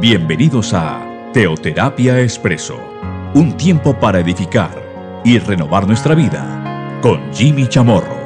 Bienvenidos a Teoterapia Expreso, un tiempo para edificar y renovar nuestra vida con Jimmy Chamorro.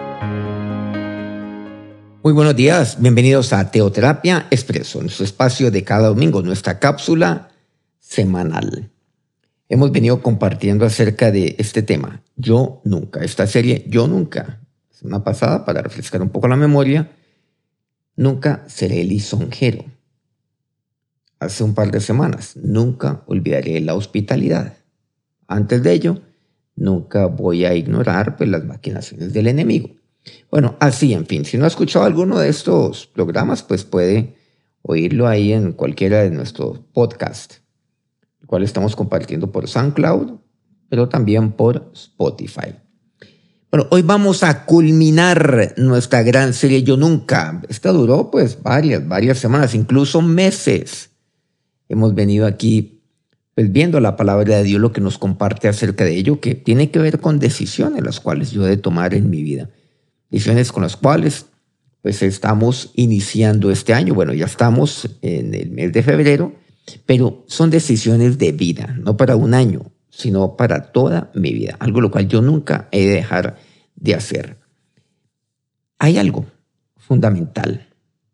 Muy buenos días, bienvenidos a Teoterapia Expreso, nuestro espacio de cada domingo, nuestra cápsula semanal. Hemos venido compartiendo acerca de este tema, Yo Nunca, esta serie Yo Nunca. La semana pasada, para refrescar un poco la memoria, nunca seré lisonjero. Hace un par de semanas, nunca olvidaré la hospitalidad. Antes de ello, nunca voy a ignorar las maquinaciones del enemigo. Bueno, así, en fin, si no ha escuchado alguno de estos programas, pues puede oírlo ahí en cualquiera de nuestros podcasts, el cual estamos compartiendo por SoundCloud, pero también por Spotify. Bueno, hoy vamos a culminar nuestra gran serie Yo Nunca. Esta duró varias semanas, incluso meses. Hemos venido aquí viendo la palabra de Dios, lo que nos comparte acerca de ello, que tiene que ver con decisiones las cuales yo he de tomar en mi vida. Decisiones con las cuales estamos iniciando este año. Bueno, ya estamos en el mes de febrero, pero son decisiones de vida, no para un año, sino para toda mi vida. Algo lo cual yo nunca he de dejar de hacer. Hay algo fundamental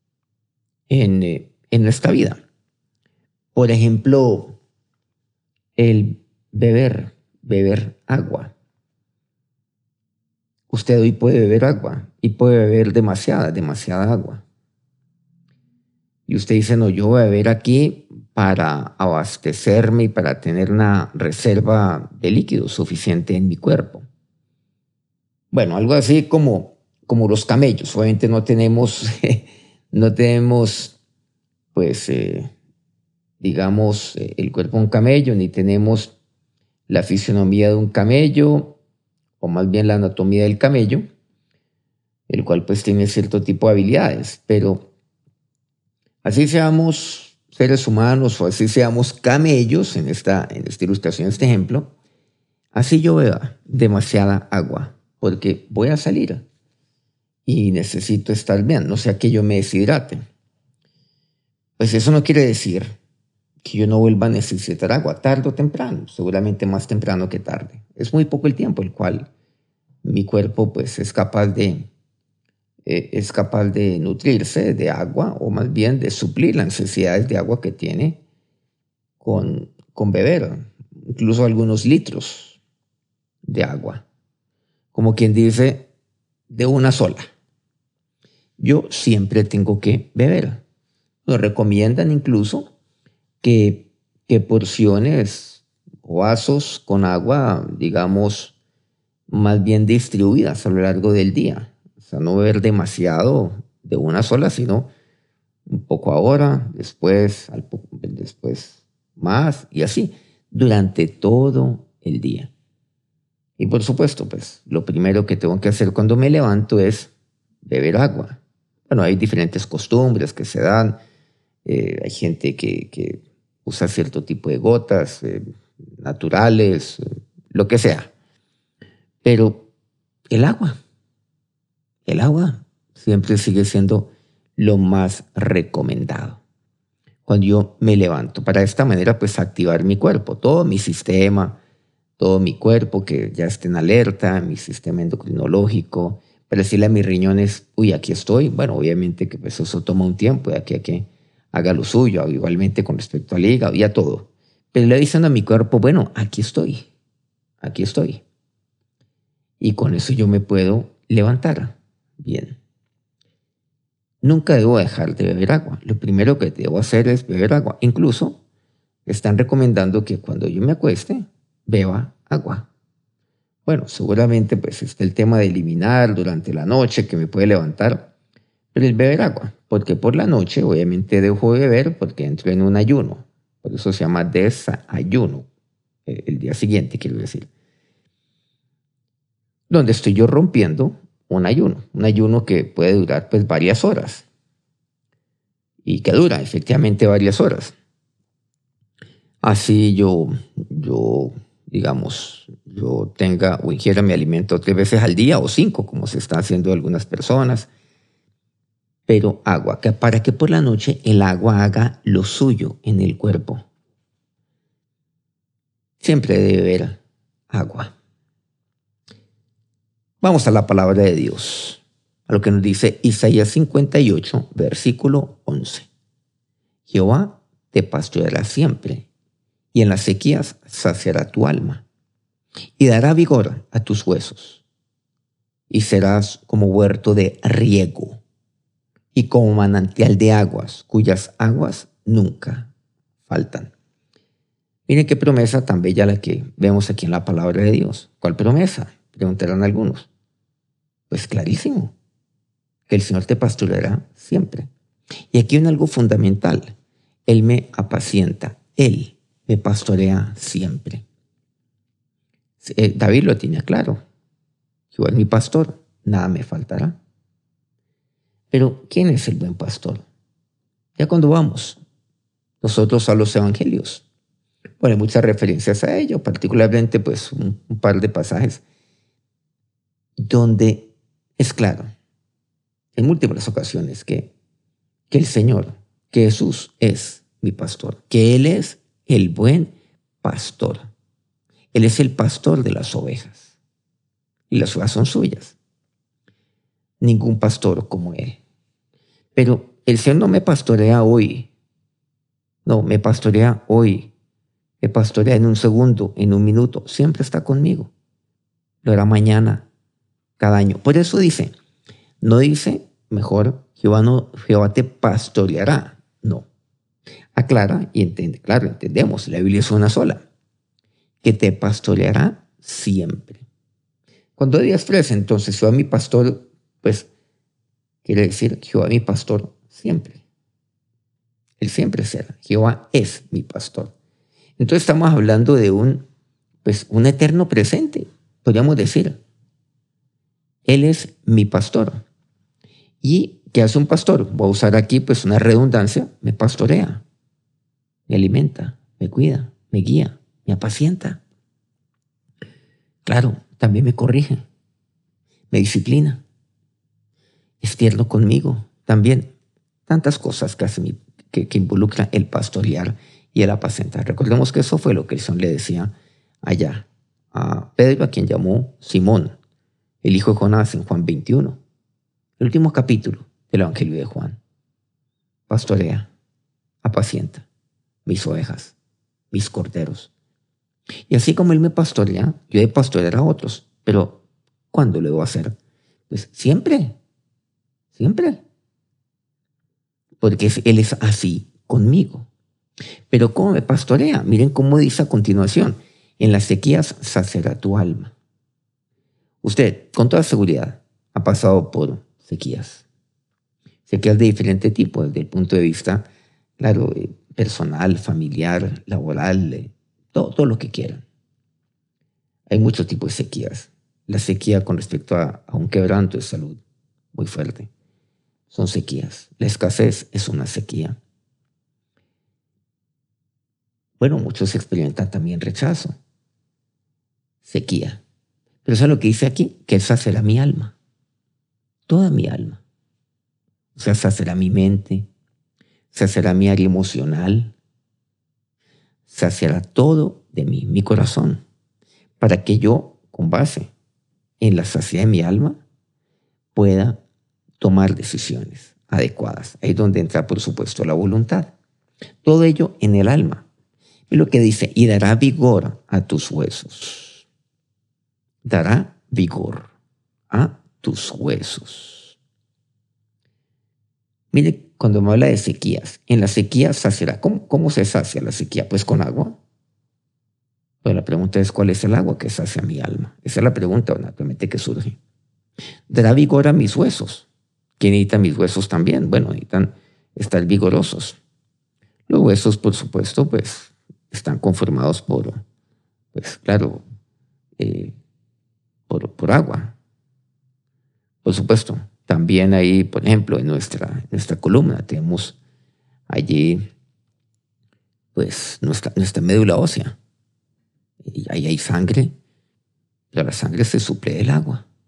en nuestra vida. Por ejemplo, el beber agua. Usted hoy puede beber agua y puede beber demasiada agua. Y usted dice, no, yo voy a beber aquí para abastecerme y para tener una reserva de líquido suficiente en mi cuerpo. Bueno, algo así como los camellos. Obviamente no tenemos el cuerpo de un camello, ni tenemos la fisionomía de un camello, o más bien la anatomía del camello, el cual tiene cierto tipo de habilidades, pero así seamos seres humanos o así seamos camellos, en esta ilustración, en este ejemplo, así yo beba demasiada agua, porque voy a salir y necesito estar bien, no sea que yo me deshidrate. Pues eso no quiere decir que yo no vuelva a necesitar agua, tarde o temprano, seguramente más temprano que tarde. Es muy poco el tiempo el cual mi cuerpo es capaz de nutrirse de agua, o más bien de suplir las necesidades de agua que tiene con beber, incluso algunos litros de agua, como quien dice, de una sola. Yo siempre tengo que beber. Nos recomiendan incluso que porciones o vasos con agua, digamos, más bien distribuidas a lo largo del día. O sea, no beber demasiado de una sola, sino un poco ahora, después más, y así, durante todo el día. Y por supuesto, lo primero que tengo que hacer cuando me levanto es beber agua. Bueno, hay diferentes costumbres que se dan. Hay gente que usa cierto tipo de gotas naturales, lo que sea. Pero el agua siempre sigue siendo lo más recomendado cuando yo me levanto. Para de esta manera, activar mi cuerpo, todo mi sistema, todo mi cuerpo que ya esté en alerta, mi sistema endocrinológico, para decirle a mis riñones, aquí estoy. Bueno, obviamente que eso toma un tiempo de aquí a que haga lo suyo, igualmente con respecto al hígado y a todo. Pero le diciendo a mi cuerpo, bueno, aquí estoy. Y con eso yo me puedo levantar. Bien. Nunca debo dejar de beber agua. Lo primero que debo hacer es beber agua. Incluso están recomendando que cuando yo me acueste, beba agua. Bueno, seguramente está el tema de eliminar durante la noche que me puede levantar, pero el beber agua, porque por la noche obviamente dejo de beber porque entro en un ayuno. Por eso se llama desayuno, el día siguiente, quiero decir. Donde estoy yo rompiendo un ayuno que puede durar varias horas y que dura efectivamente varias horas. Así yo tenga o ingiera mi alimento 3 veces al día o 5, como se está haciendo algunas personas. pero agua, para que por la noche el agua haga lo suyo en el cuerpo. Siempre debe haber agua. Vamos a la palabra de Dios, a lo que nos dice Isaías 58, versículo 11. Jehová te pastoreará siempre, y en las sequías saciará tu alma, y dará vigor a tus huesos, y serás como huerto de riego, y como manantial de aguas, cuyas aguas nunca faltan. Miren qué promesa tan bella la que vemos aquí en la palabra de Dios. ¿Cuál promesa? Preguntarán algunos. Pues clarísimo, que el Señor te pastoreará siempre. Y aquí hay algo fundamental. Él me apacienta, Él me pastorea siempre. David lo tenía claro. Jehová es mi pastor, nada me faltará. Pero, ¿quién es el buen pastor? Ya cuando vamos nosotros a los evangelios, bueno, hay muchas referencias a ello, particularmente pues un par de pasajes donde es claro, en múltiples ocasiones, que el Señor, que Jesús es mi pastor, que Él es el buen pastor. Él es el pastor de las ovejas y las ovejas son suyas. Ningún pastor como Él. Pero el Señor no me pastorea hoy. No, me pastorea hoy. Me pastorea en un segundo, en un minuto. Siempre está conmigo. Lo hará mañana, cada año. Por eso dice, no dice, mejor, Jehová te pastoreará. No. Aclara y entiende. Claro, entendemos, la Biblia es una sola. Que te pastoreará siempre. Cuando Dios expresa entonces, Jehová mi pastor, pues quiere decir Jehová mi pastor siempre. Él siempre será. Jehová es mi pastor. Entonces estamos hablando de un eterno presente, podríamos decir. Él es mi pastor. ¿Y qué hace un pastor? Voy a usar aquí pues una redundancia. Me pastorea, me alimenta, me cuida, me guía, me apacienta. Claro, también me corrige, me disciplina. Es tierno conmigo también. Tantas cosas que involucran el pastorear y el apacentar. Recordemos que eso fue lo que el Señor le decía allá a Pedro, a quien llamó Simón, el hijo de Jonás, en Juan 21, el último capítulo del Evangelio de Juan. Pastorea, apacienta mis ovejas, mis corderos. Y así como Él me pastorea, yo he de pastorear a otros. Pero, ¿cuándo lo debo hacer? Pues siempre, siempre. Porque Él es así conmigo. Pero ¿cómo me pastorea? Miren cómo dice a continuación. En las sequías saciará tu alma. Usted, con toda seguridad, ha pasado por sequías. Sequías de diferente tipo, desde el punto de vista, claro, personal, familiar, laboral, todo lo que quieran. Hay muchos tipos de sequías. La sequía con respecto a un quebranto de salud muy fuerte. Son sequías. La escasez es una sequía. Bueno, muchos experimentan también rechazo, sequía. Pero eso es lo que dice aquí, que Él saciará mi alma, toda mi alma. O sea, saciará mi mente, saciará mi área emocional, saciará todo de mí, mi corazón, para que yo, con base en la saciedad de mi alma, pueda tomar decisiones adecuadas. Ahí es donde entra, por supuesto, la voluntad. Todo ello en el alma. Y lo que dice, y dará vigor a tus huesos. Dará vigor a tus huesos. Mire, cuando me habla de sequías, en la sequía saciará. ¿Cómo se sacia la sequía? Pues con agua. Pues la pregunta es, ¿cuál es el agua que sacia mi alma? Esa es la pregunta, naturalmente, que surge. Dará vigor a mis huesos. ¿Quién necesita mis huesos también? Bueno, necesitan estar vigorosos. Los huesos, por supuesto, pues están conformados por agua. Por supuesto, también ahí, por ejemplo, en nuestra columna tenemos allí pues nuestra médula ósea. Y ahí hay sangre, pero la sangre se suple del agua.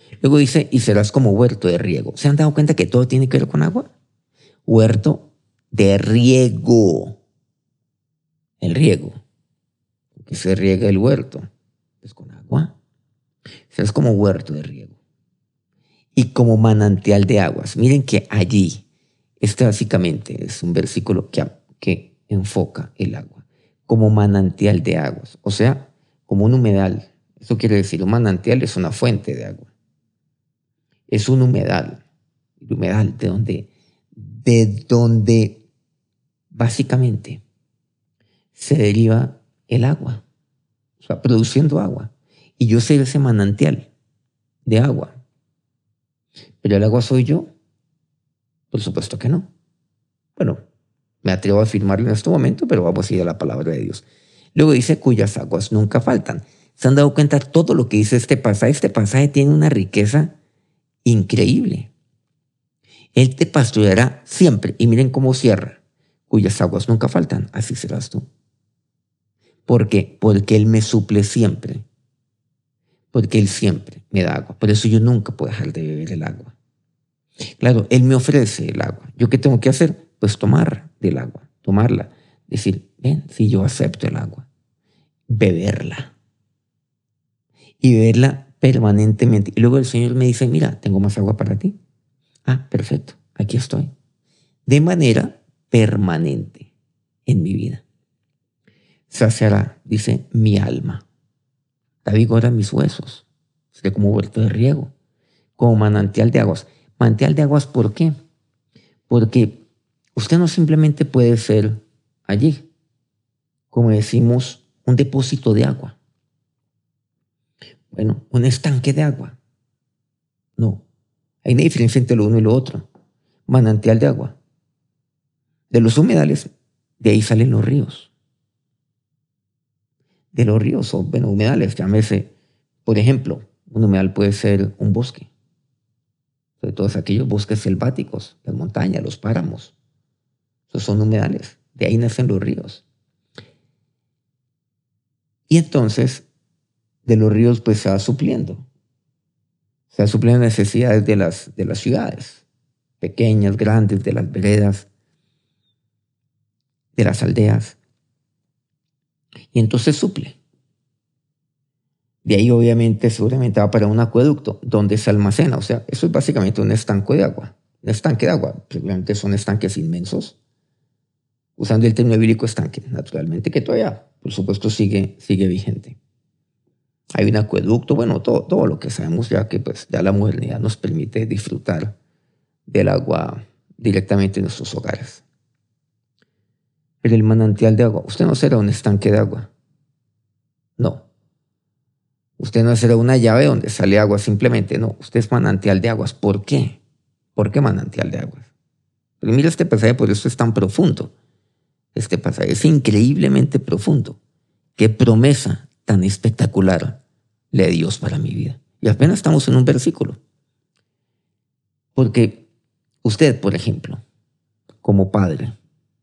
Luego dice, y serás como huerto de riego. ¿Se han dado cuenta que todo tiene que ver con agua? Huerto de riego. El riego. ¿Que se riega el huerto? Pues con agua. Serás como huerto de riego. Y como manantial de aguas. Miren que allí, este básicamente es un versículo que enfoca el agua. Como manantial de aguas. O sea, como un humedal. Eso quiere decir, un manantial es una fuente de agua. Es un humedal. El humedal de donde básicamente se deriva el agua. O sea, produciendo agua. Y yo soy ese manantial de agua. ¿Pero el agua soy yo? Por supuesto que no. Bueno, me atrevo a afirmarlo en este momento, pero vamos a ir a la palabra de Dios. Luego dice, cuyas aguas nunca faltan. ¿Se han dado cuenta todo lo que dice este pasaje? Este pasaje tiene una riqueza increíble. Él te pastoreará siempre. Y miren cómo cierra. Cuyas aguas nunca faltan. Así serás tú. ¿Por qué? Porque Él me suple siempre. Porque Él siempre me da agua. Por eso yo nunca puedo dejar de beber el agua. Claro, Él me ofrece el agua. ¿Yo qué tengo que hacer? Pues tomar del agua, tomarla. Decir, ven, si yo acepto el agua. Beberla. Y beberla permanentemente. Y luego el Señor me dice, mira, tengo más agua para ti. Ah, perfecto, aquí estoy. De manera permanente en mi vida. Saciará, dice, mi alma. Da vigor a mis huesos. Seré como huerto de riego. Como manantial de aguas. Manantial de aguas, ¿por qué? Porque usted no simplemente puede ser allí, como decimos, un depósito de agua. Bueno, un estanque de agua. No. Hay una diferencia entre lo uno y lo otro. Manantial de agua. De los humedales, de ahí salen los ríos. De los ríos, o bueno, humedales, llámese, por ejemplo, un humedal puede ser un bosque. Sobre todos aquellos bosques selváticos, las montañas, los páramos. Esos son humedales. De ahí nacen los ríos. Y entonces, de los ríos, pues se va supliendo. Se va supliendo necesidades de las ciudades. Pequeñas, grandes, de las veredas, de las aldeas. Y entonces suple. De ahí, obviamente, seguramente va para un acueducto donde se almacena. O sea, eso es básicamente un estanque de agua. Un estanque de agua. Simplemente son estanques inmensos. Usando el término bíblico estanque, naturalmente, que todavía, por supuesto, sigue vigente. Hay un acueducto, bueno, todo lo que sabemos ya que pues ya la modernidad nos permite disfrutar del agua directamente en nuestros hogares. Pero el manantial de agua, usted no será un estanque de agua. No. Usted no será una llave donde sale agua simplemente. No, usted es manantial de aguas. ¿Por qué? ¿Por qué manantial de aguas? Pero mira este pasaje, por eso es tan profundo. Este pasaje es increíblemente profundo. Qué promesa tan espectacular le da Dios para mi vida. Y apenas estamos en un versículo. Porque usted, por ejemplo, como padre,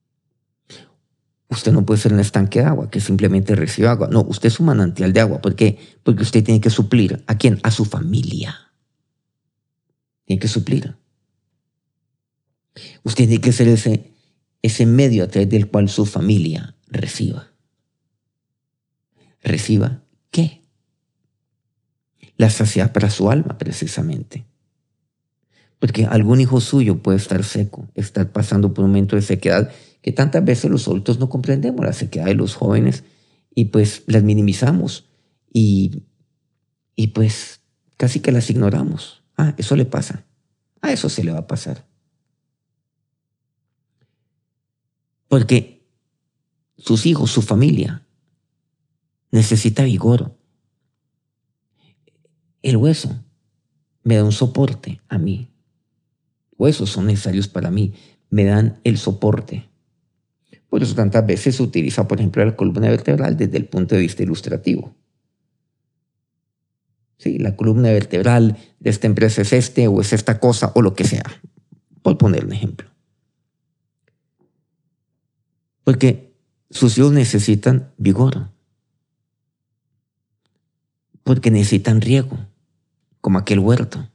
usted no puede ser un estanque de agua que simplemente recibe agua. No, usted es un manantial de agua. ¿Por qué? Porque usted tiene que suplir. ¿A quién? A su familia. Tiene que suplir. Usted tiene que ser ese medio a través del cual su familia reciba. ¿Reciba qué? La saciedad para su alma, precisamente. Porque algún hijo suyo puede estar seco, estar pasando por un momento de sequedad que tantas veces los adultos no comprendemos, la sequedad de los jóvenes, y pues las minimizamos y pues casi que las ignoramos. Ah, eso le pasa. Ah, eso se le va a pasar. Porque sus hijos, su familia, necesita vigor. El hueso me da un soporte a mí. Huesos son necesarios para mí, me dan el soporte. Por eso tantas veces se utiliza, por ejemplo, la columna vertebral desde el punto de vista ilustrativo. Sí, la columna vertebral de esta empresa es este o es esta cosa o lo que sea, por poner un ejemplo. Porque sus hijos necesitan vigor. Porque necesitan riego. como aquel huerto.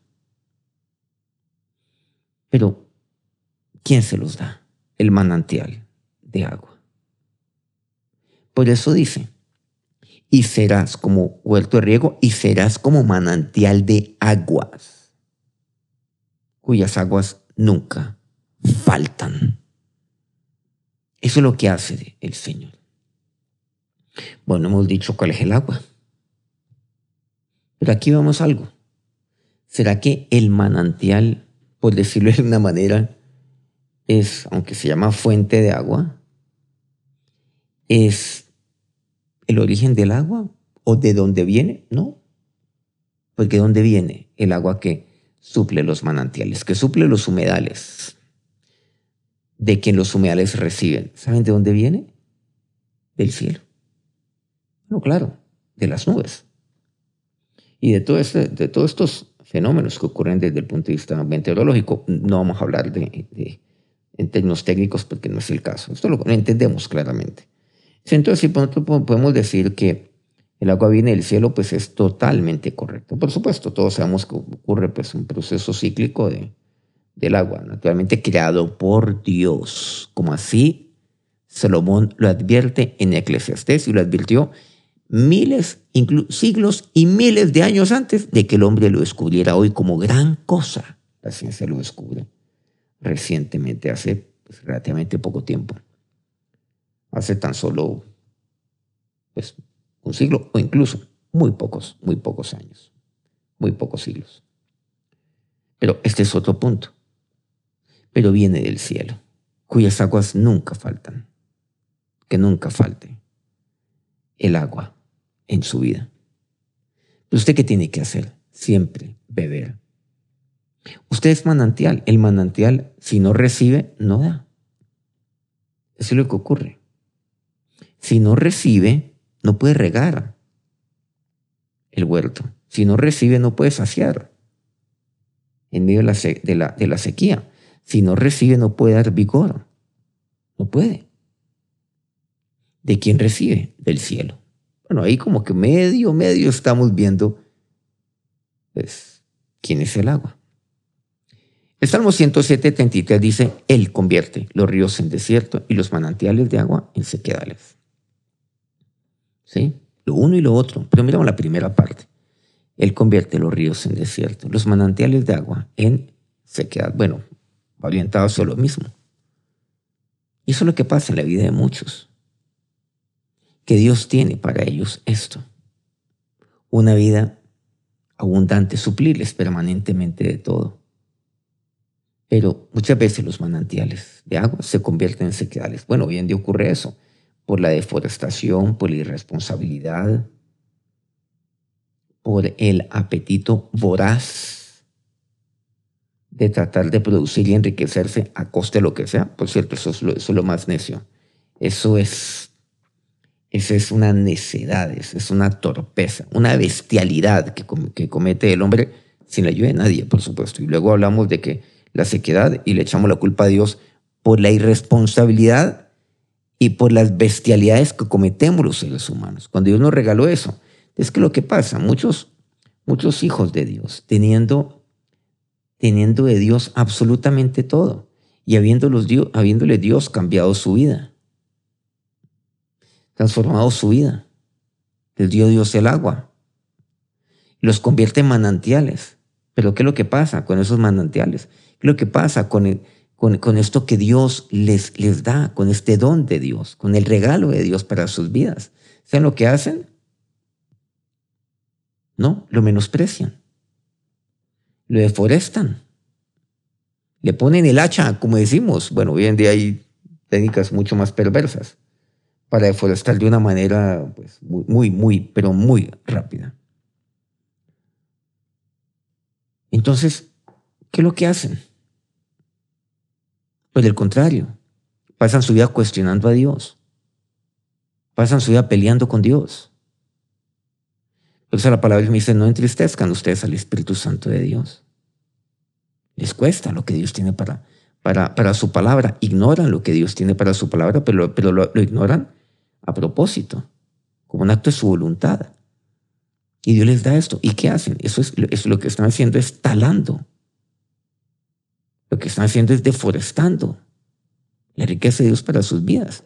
Pero, ¿quién se los da? El manantial de agua. Por eso dice, y serás como huerto de riego y serás como manantial de aguas, cuyas aguas nunca faltan. Eso es lo que hace el Señor. Bueno, hemos dicho cuál es el agua. Pero aquí vemos algo. ¿Será que el manantial, por decirlo de una manera, es, aunque se llama fuente de agua, es el origen del agua o de dónde viene? No, porque ¿de dónde viene el agua que suple los manantiales, que suple los humedales, de quien los humedales reciben? ¿Saben de dónde viene? Del cielo. No, claro, de las nubes. Y de todos estos fenómenos que ocurren desde el punto de vista meteorológico, no vamos a hablar en términos técnicos porque no es el caso. Esto lo entendemos claramente. Entonces, si podemos decir que el agua viene del cielo, pues es totalmente correcto. Por supuesto, todos sabemos que ocurre pues, un proceso cíclico del agua, naturalmente creado por Dios. Como así Salomón lo advierte en Eclesiastés y lo advirtió siglos y miles de años antes de que el hombre lo descubriera hoy como gran cosa. La ciencia lo descubre recientemente, hace pues, relativamente poco tiempo. Hace tan solo pues, un siglo o incluso muy pocos años, muy pocos siglos. Pero este es otro punto. Pero viene del cielo, cuyas aguas nunca faltan. Que nunca falte el agua en su vida. Pero ¿usted qué tiene que hacer? Siempre beber. Usted es manantial. El manantial, si no recibe, no da. Eso es lo que ocurre. Si no recibe, no puede regar el huerto. Si no recibe, no puede saciar en medio de la sequía. Si no recibe, no puede dar vigor. No puede. ¿De quién recibe? Del cielo. Bueno, ahí como que medio estamos viendo pues, quién es el agua. El Salmo 107:33 dice, Él convierte los ríos en desierto y los manantiales de agua en sequedales. ¿Sí? Lo uno y lo otro. Pero miramos la primera parte. Él convierte los ríos en desierto, los manantiales de agua en sequedad. Bueno, orientado hacia lo mismo. Y eso es lo que pasa en la vida de muchos. Que Dios tiene para ellos esto. Una vida abundante, suplirles permanentemente de todo. Pero muchas veces los manantiales de agua se convierten en sequedales. Bueno, hoy en día ocurre eso. Por la deforestación, por la irresponsabilidad, por el apetito voraz de tratar de producir y enriquecerse a costa de lo que sea. Por cierto, eso es lo más necio. Esa es una necedad, es una torpeza, una bestialidad que comete el hombre sin la ayuda de nadie, por supuesto. Y luego hablamos de que la sequedad y le echamos la culpa a Dios por la irresponsabilidad y por las bestialidades que cometemos los seres humanos. Cuando Dios nos regaló eso, es que lo que pasa, muchos hijos de Dios, teniendo de Dios absolutamente todo y habiéndole Dios cambiado su vida, transformado su vida. Les dio Dios el agua. Los convierte en manantiales. Pero ¿qué es lo que pasa con esos manantiales? ¿Qué es lo que pasa con esto que Dios les da, con este don de Dios, con el regalo de Dios para sus vidas? ¿Saben lo que hacen? No, lo menosprecian. Lo deforestan. Le ponen el hacha, como decimos. Bueno, hoy en día hay técnicas mucho más perversas para deforestar de una manera pues, pero muy rápida. Entonces, ¿qué es lo que hacen? Pues del contrario, pasan su vida cuestionando a Dios. Pasan su vida peleando con Dios. Por eso la palabra me dice, no entristezcan ustedes al Espíritu Santo de Dios. Les cuesta lo que Dios tiene para su palabra. Ignoran lo que Dios tiene para su palabra, pero lo ignoran a propósito, como un acto de su voluntad. Y Dios les da esto. ¿Y qué hacen? Eso es lo que están haciendo, es talando. Lo que están haciendo es deforestando la riqueza de Dios para sus vidas.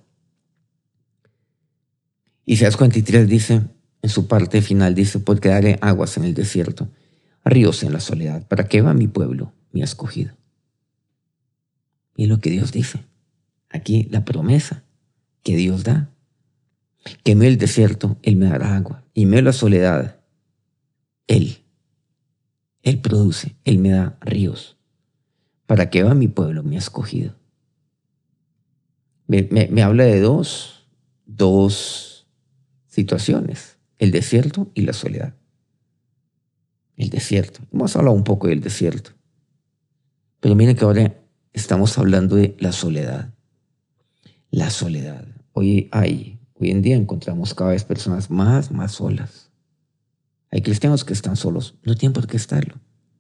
Isaías 43 dice, en su parte final, dice, porque daré aguas en el desierto, ríos en la soledad, para que va mi pueblo, mi escogido. Y es lo que Dios dice. Aquí la promesa que Dios da. Que en medio del desierto, Él me dará agua. Y en medio de la soledad, Él produce, Él me da ríos. Para que va mi pueblo, mi escogido. Me habla de dos situaciones. El desierto y la soledad. El desierto. Hemos hablado un poco del desierto. Pero miren que ahora estamos hablando de la soledad. La soledad. Hoy en día encontramos cada vez personas más solas. Hay cristianos que están solos. No tienen por qué estarlo.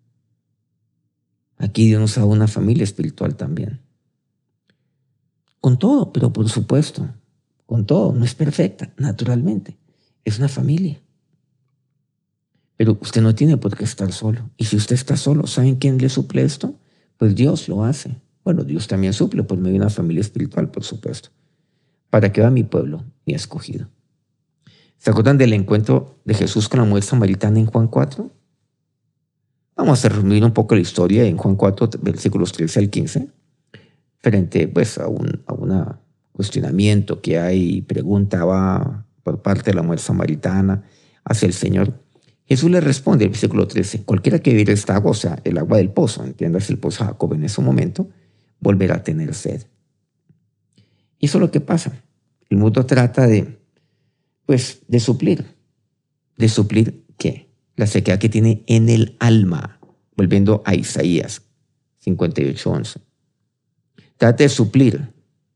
Aquí Dios nos da una familia espiritual también. Con todo, pero por supuesto, con todo. No es perfecta, naturalmente. Es una familia. Pero usted no tiene por qué estar solo. Y si usted está solo, ¿saben quién le suple esto? Pues Dios lo hace. Bueno, Dios también suple por medio de una familia espiritual, por supuesto. Para que va mi pueblo, mi escogido. ¿Se acuerdan del encuentro de Jesús con la mujer samaritana en Juan 4? Vamos a resumir un poco la historia en Juan 4, versículos 13 al 15, frente pues, a un cuestionamiento que hay, preguntaba por parte de la mujer samaritana hacia el Señor. Jesús le responde, el versículo 13, cualquiera que bebiere esta agua, o sea, el agua del pozo, entiendas el pozo de Jacob en ese momento, volverá a tener sed. Y eso es lo que pasa. El mundo trata de suplir. ¿De suplir qué? La sequedad que tiene en el alma. Volviendo a Isaías 58:11. Trata de suplir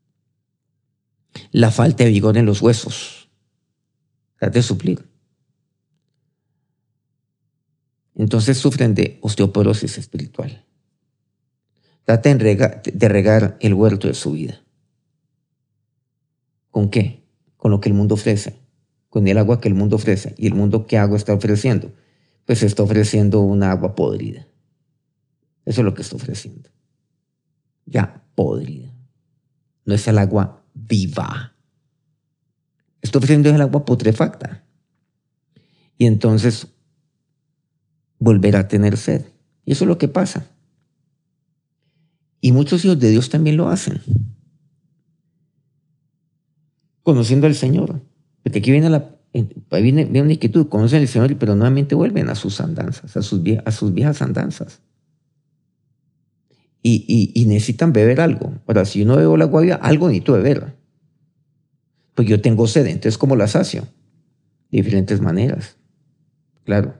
la falta de vigor en los huesos. Trata de suplir. Entonces sufren de osteoporosis espiritual. Trata de regar el huerto de su vida. ¿Con qué? Con lo que el mundo ofrece. Con el agua que el mundo ofrece. ¿Y el mundo qué agua está ofreciendo? Pues está ofreciendo una agua podrida. Eso es lo que está ofreciendo. Ya podrida. No es el agua viva. Está ofreciendo el agua putrefacta. Y entonces volverá a tener sed. Y eso es lo que pasa. Y muchos hijos de Dios también lo hacen. Conociendo al Señor. Porque aquí viene una inquietud. Conocen al Señor, pero nuevamente vuelven a sus andanzas, a sus viejas andanzas. Y necesitan beber algo. Ahora, si yo no bebo el agua viva, algo necesito beber. Pues yo tengo sed, entonces ¿cómo la sacio? De diferentes maneras. Claro.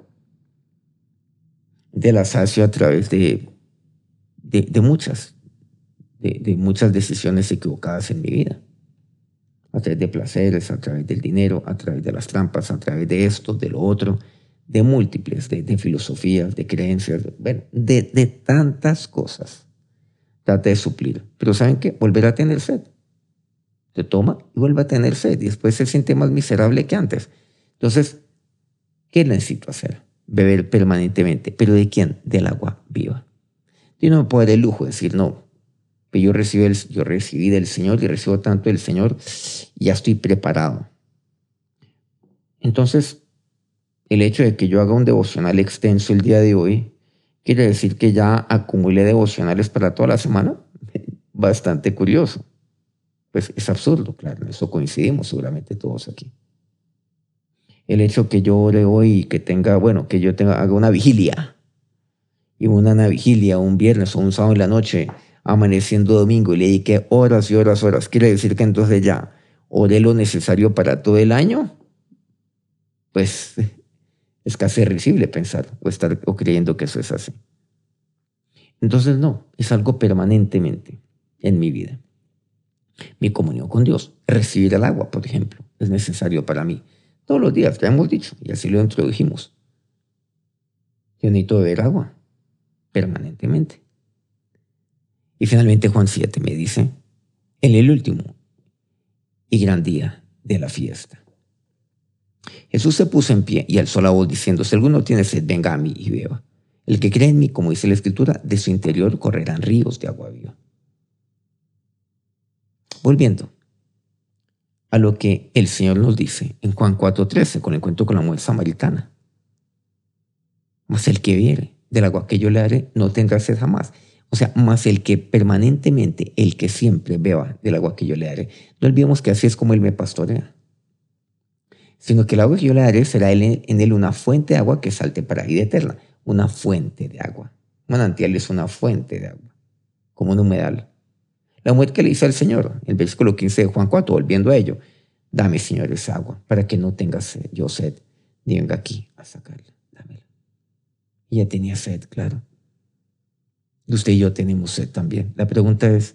De la sacio a través de muchas decisiones equivocadas en mi vida. A través de placeres, a través del dinero, a través de las trampas, a través de esto, de lo otro, de múltiples, de filosofías, de creencias, de tantas cosas. Trata de suplir. Pero ¿saben qué? Volverá a tener sed. Se toma y vuelve a tener sed. Y después se siente más miserable que antes. Entonces, ¿qué necesito hacer? Beber permanentemente. ¿Pero de quién? Del agua viva. Yo no me puedo dar el lujo de decir, no, pero yo recibí del Señor y recibo tanto del Señor, y ya estoy preparado. Entonces, el hecho de que yo haga un devocional extenso el día de hoy, quiere decir que ya acumulé devocionales para toda la semana. Bastante curioso. Pues es absurdo, claro, en eso coincidimos seguramente todos aquí. El hecho que yo ore hoy y que haga una vigilia, y una vigilia un viernes o un sábado en la noche, amaneciendo domingo, y le dediqué horas y horas, quiere decir que entonces ya oré lo necesario para todo el año. Pues es casi irrisible pensar o creyendo que eso es así. Entonces no, es algo permanentemente en mi vida. Mi comunión con Dios, recibir el agua, por ejemplo, es necesario para mí. Todos los días, ya hemos dicho, y así lo introdujimos. Yo necesito beber agua permanentemente. Y finalmente Juan 7 me dice, en el último y gran día de la fiesta. Jesús se puso en pie y alzó la voz diciendo: si alguno tiene sed, venga a mí y beba. El que cree en mí, como dice la Escritura, de su interior correrán ríos de agua viva. Volviendo a lo que el Señor nos dice en Juan 4:13, con el encuentro con la mujer samaritana. Mas el que viere del agua que yo le daré no tendrá sed jamás. O sea, más el que permanentemente, el que siempre beba del agua que yo le daré. No olvidemos que así es como Él me pastorea. Sino que el agua que yo le daré será en él una fuente de agua que salte para vida eterna. Una fuente de agua. Un manantial es una fuente de agua, como un humedal. La mujer que le hizo al Señor, el versículo 15 de Juan 4, volviendo a ello: dame, Señor, esa agua, para que no tenga yo sed, ni venga aquí a sacarla. Dámela. Ella tenía sed, claro. Y usted y yo tenemos sed también. La pregunta es: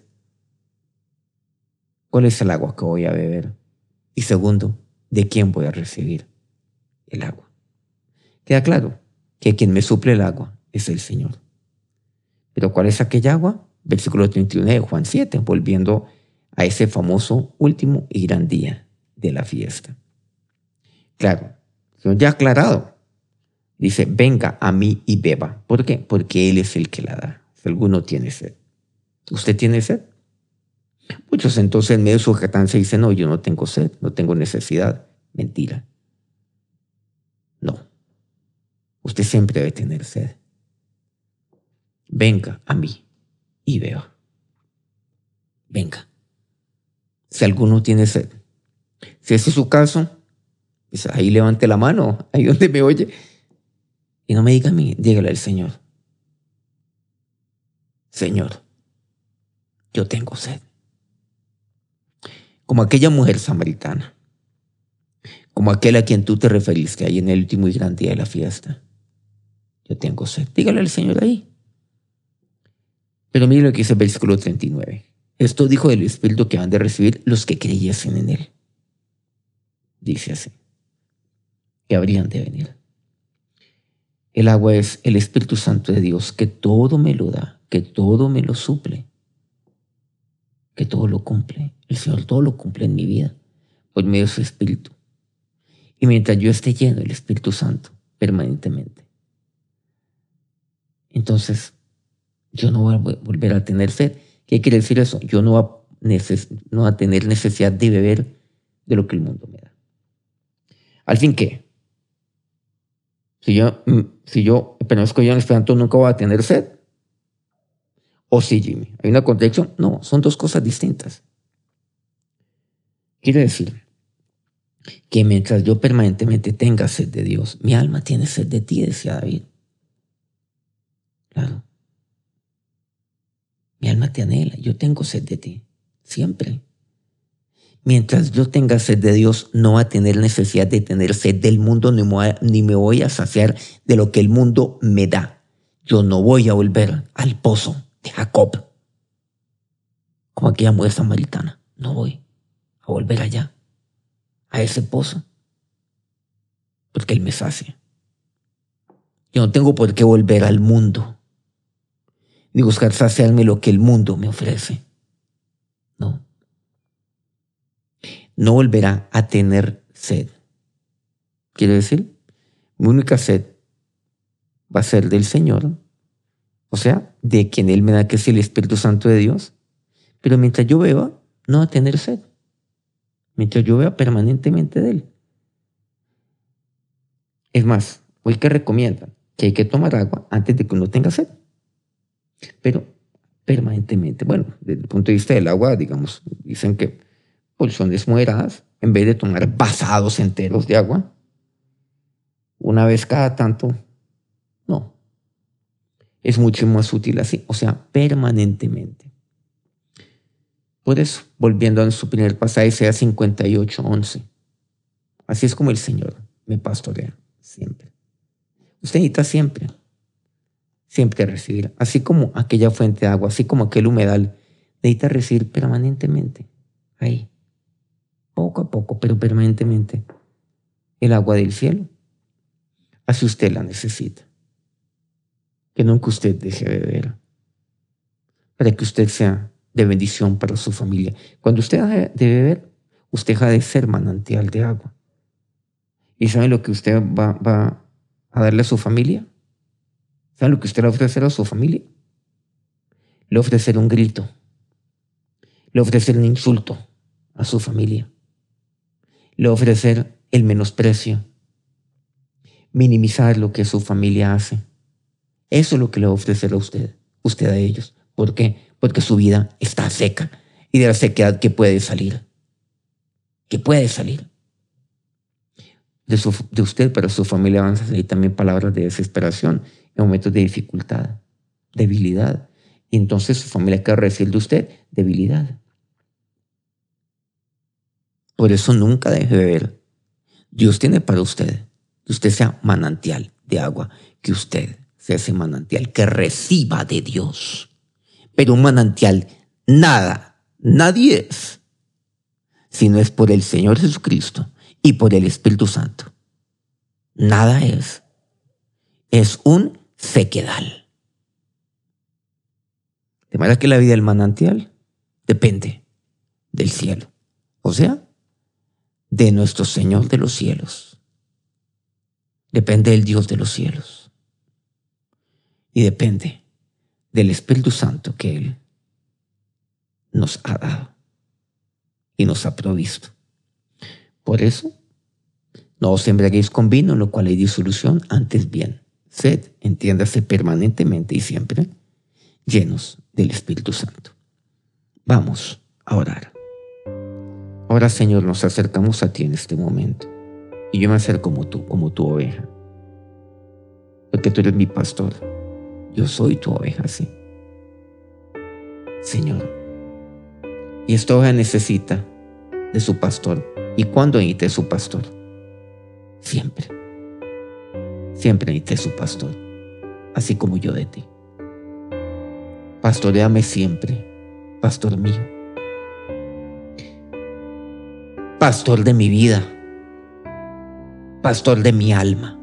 ¿cuál es el agua que voy a beber? Y segundo, ¿de quién voy a recibir el agua? Queda claro que quien me suple el agua es el Señor. ¿Pero cuál es aquella agua? Versículo 31 de Juan 7, volviendo a ese famoso último y gran día de la fiesta. Claro, el Señor ya ha aclarado. Dice: venga a mí y beba. ¿Por qué? Porque Él es el que la da. Si alguno tiene sed. ¿Usted tiene sed? Muchos entonces en medio de su jactancia dicen: no, yo no tengo sed, no tengo necesidad. Mentira. No. Usted siempre debe tener sed. Venga a mí y beba. Venga. Si alguno tiene sed. Si ese es su caso, pues ahí levante la mano, ahí donde me oye. Y no me diga a mí, dígale al Señor: Señor, yo tengo sed. Como aquella mujer samaritana, como aquel a quien tú te referiste ahí en el último y gran día de la fiesta. Yo tengo sed. Dígale al Señor ahí. Pero mire lo que dice el versículo 39. Esto dijo del Espíritu que han de recibir los que creyesen en Él. Dice así: que habrían de venir. El agua es el Espíritu Santo de Dios, que todo me lo da, que todo me lo suple, que todo lo cumple. El Señor todo lo cumple en mi vida por medio de su Espíritu. Y mientras yo esté lleno del Espíritu Santo permanentemente, entonces yo no voy a volver a tener sed. ¿Qué quiere decir eso? Yo no voy a tener necesidad de beber de lo que el mundo me da. Al fin, ¿qué? Si yo permanezco yo en el Espíritu, nunca voy a tener sed. ¿O sí, Jimmy? ¿Hay una contradicción? No, son dos cosas distintas. Quiere decir que mientras yo permanentemente tenga sed de Dios, mi alma tiene sed de ti, decía David. Claro. Mi alma te anhela, yo tengo sed de ti, siempre. Mientras yo tenga sed de Dios, no va a tener necesidad de tener sed del mundo, ni me voy a saciar de lo que el mundo me da. Yo no voy a volver al pozo de Jacob, como aquella mujer samaritana. No voy a volver allá, a ese pozo, porque Él me sacia. Yo no tengo por qué volver al mundo, ni buscar saciarme lo que el mundo me ofrece. No. No volverá a tener sed. Quiere decir, mi única sed va a ser del Señor, o sea, de quien Él me da, que es el Espíritu Santo de Dios. Pero mientras yo beba, no va a tener sed. Mientras yo beba permanentemente de Él. Es más, hoy que recomiendan que hay que tomar agua antes de que uno tenga sed. Pero permanentemente. Bueno, desde el punto de vista del agua, digamos, dicen que porciones moderadas, en vez de tomar vasados enteros de agua, una vez cada tanto, no. Es mucho más útil así, o sea, permanentemente. Por eso, volviendo a su primer pasaje, Isaías 58:11. Así es como el Señor me pastorea siempre. Usted necesita siempre recibir. Así como aquella fuente de agua, así como aquel humedal, necesita recibir permanentemente. Ahí. Poco a poco, pero permanentemente. El agua del cielo. Así usted la necesita. Que nunca usted deje de beber. Para que usted sea de bendición para su familia. Cuando usted deja de beber, usted deja de ser manantial de agua. ¿Y saben lo que usted va a darle a su familia? ¿Saben lo que usted le va a ofrecer a su familia? Le va a ofrecer un grito. Le va a ofrecer un insulto a su familia. Le va a ofrecer el menosprecio. Minimizar lo que su familia hace. Eso es lo que le va a ofrecer a usted a ellos. ¿Por qué? Porque su vida está seca. Y de la sequedad, ¿qué puede salir? ¿Qué puede salir? De usted para su familia van a salir también palabras de desesperación en momentos de dificultad, debilidad. Y entonces su familia, ¿qué va a recibir de usted? Debilidad. Por eso nunca deje de beber. Dios tiene para usted que usted sea manantial de agua, que usted sea ese manantial que reciba de Dios. Pero un manantial, nadie es, sino es por el Señor Jesucristo y por el Espíritu Santo. Nada es. Es un sequedal. De manera que la vida del manantial depende del cielo. O sea, de nuestro Señor de los cielos. Depende del Dios de los cielos. Y depende del Espíritu Santo que Él nos ha dado y nos ha provisto. Por eso, no os embriaguéis con vino, en lo cual hay disolución, antes bien, sed, entiéndase permanentemente y siempre, llenos del Espíritu Santo. Vamos a orar. Ahora, Señor, nos acercamos a ti en este momento. Y yo me acerco como tu oveja. Porque tú eres mi pastor. Yo soy tu oveja, sí. Señor. Y esta oveja necesita de su pastor. ¿Y cuándo necesite su pastor? Siempre. Siempre necesite su pastor. Así como yo de ti. Pastoréame siempre, pastor mío. Pastor de mi vida. Pastor de mi alma.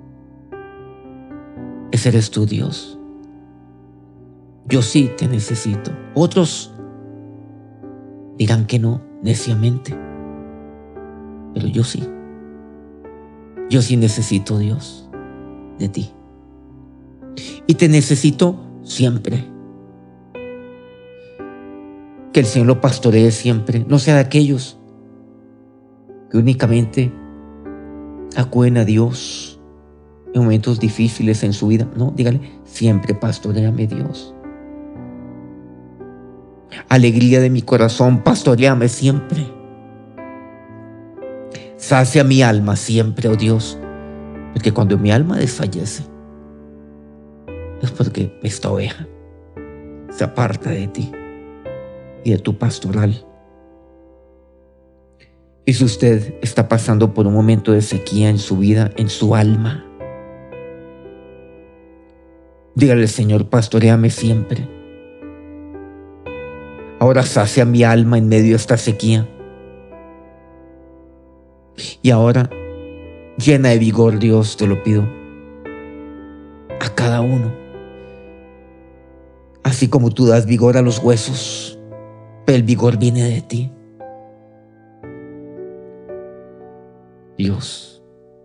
Ese eres tú, Dios. Yo sí te necesito. Otros dirán que no, neciamente. Pero yo sí. Yo sí necesito, Dios, de ti. Y te necesito siempre. Que el Señor lo pastoree siempre. No sea de aquellos que únicamente acuden a Dios en momentos difíciles en su vida. No, dígale, siempre pastoréame, Dios. Alegría de mi corazón, pastoréame siempre. Sacia mi alma siempre, oh Dios. Porque cuando mi alma desfallece, es porque esta oveja se aparta de ti y de tu pastoral. Y si usted está pasando por un momento de sequía en su vida, en su alma, dígale, Señor, pastoréame siempre. Ahora sacia mi alma en medio de esta sequía. Y ahora, llena de vigor, Dios, te lo pido, a cada uno. Así como tú das vigor a los huesos, pero el vigor viene de ti. Dios,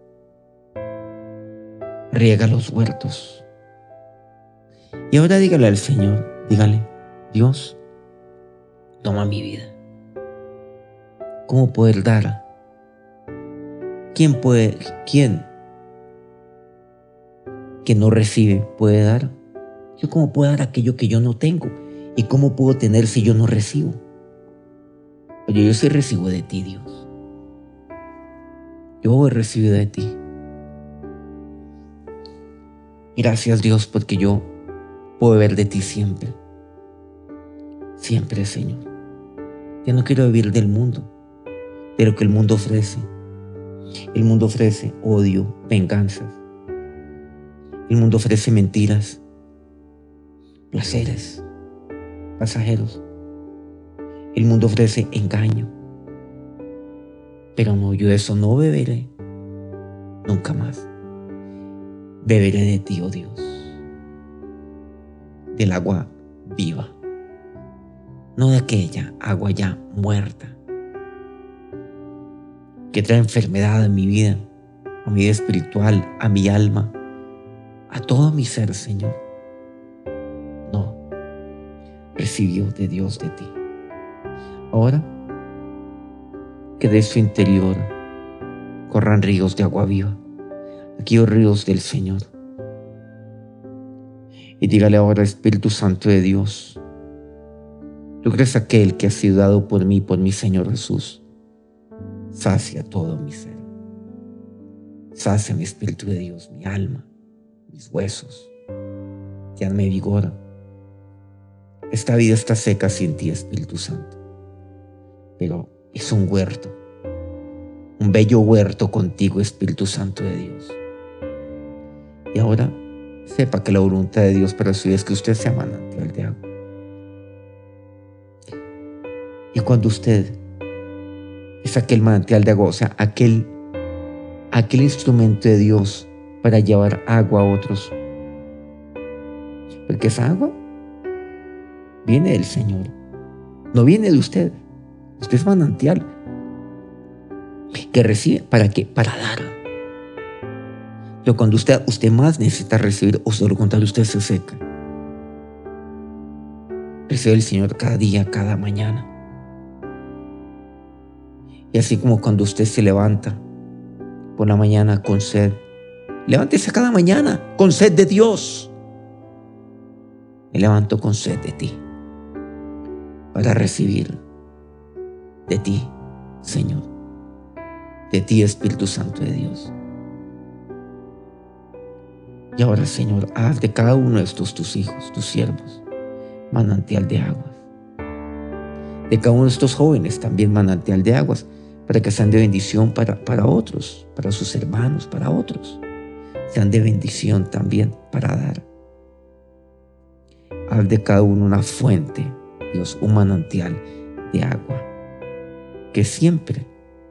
riega los huertos. Y ahora dígale al Señor, dígale, Dios, toma mi vida. ¿Cómo poder dar? ¿Quién que no recibe puede dar? ¿Yo cómo puedo dar aquello que yo no tengo? ¿Y cómo puedo tener si yo no recibo? Oye, yo sí recibo de ti, Dios. Yo he recibido de ti. Gracias, Dios, porque yo puedo ver de ti siempre. Siempre, Señor. Yo no quiero vivir del mundo, de lo que el mundo ofrece. El mundo ofrece odio, venganzas. El mundo ofrece mentiras, placeres pasajeros. El mundo ofrece engaño. Pero no, yo de eso no beberé nunca más. Beberé de ti, oh Dios, del agua viva, no de aquella agua ya muerta que trae enfermedad en mi vida, a mi vida espiritual, a mi alma, a todo mi ser, Señor. No, recibió de Dios, de ti. Ahora, que de su interior corran ríos de agua viva, aquellos ríos del Señor. Y dígale ahora, Espíritu Santo de Dios, tú eres aquel que ha sido dado por mí, por mi Señor Jesús. Sacia todo mi ser. Sacia mi Espíritu de Dios, mi alma, mis huesos. Lléname vigor. Esta vida está seca sin ti, Espíritu Santo. Pero es un huerto, un bello huerto contigo, Espíritu Santo de Dios. Y ahora sepa que la voluntad de Dios para su vida es que usted sea manantial de agua. Y cuando usted es aquel manantial de agua, o sea, aquel instrumento de Dios para llevar agua a otros, porque esa agua viene del Señor, no viene de usted. Usted es manantial que recibe. ¿Para qué? Para dar. Pero cuando usted más necesita recibir, o de lo contrario, usted se seca. Recibe el Señor cada día, cada mañana. Y así como cuando usted se levanta por la mañana con sed, levántese cada mañana con sed de Dios. Me levanto con sed de ti para recibir de ti, Señor, de ti, Espíritu Santo de Dios. Y ahora, Señor, haz de cada uno de estos tus hijos, tus siervos, manantial de aguas. De cada uno de estos jóvenes también manantial de aguas, para que sean de bendición para otros, para sus hermanos, para otros. Sean de bendición también para dar. Haz de cada uno una fuente, Dios, un manantial de agua. Que siempre,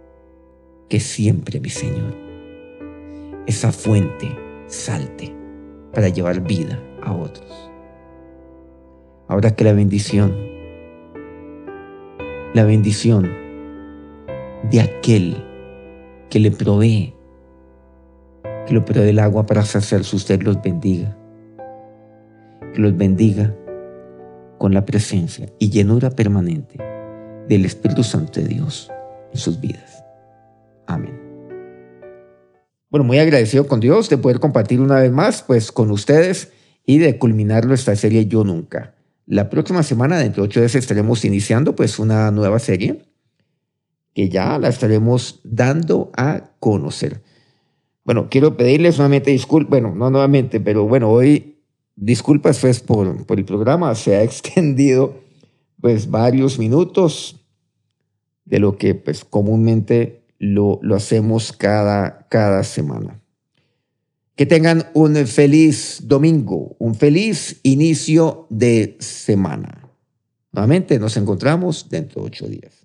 mi Señor, esa fuente salte para llevar vida a otros. Ahora que la bendición de aquel que le provee el agua para saciarse, usted los bendiga. Que los bendiga con la presencia y llenura permanente del Espíritu Santo de Dios en sus vidas. Amén. Bueno, muy agradecido con Dios de poder compartir una vez más pues con ustedes y de culminar nuestra serie Yo Nunca. La próxima semana, dentro de 8 días, estaremos iniciando pues una nueva serie que ya la estaremos dando a conocer. Bueno, quiero pedirles nuevamente disculpas, bueno, no nuevamente, pero bueno, hoy disculpas pues por el programa, se ha extendido pues varios minutos de lo que pues comúnmente lo hacemos cada semana. Que tengan un feliz domingo, un feliz inicio de semana. Nuevamente nos encontramos dentro de 8 días.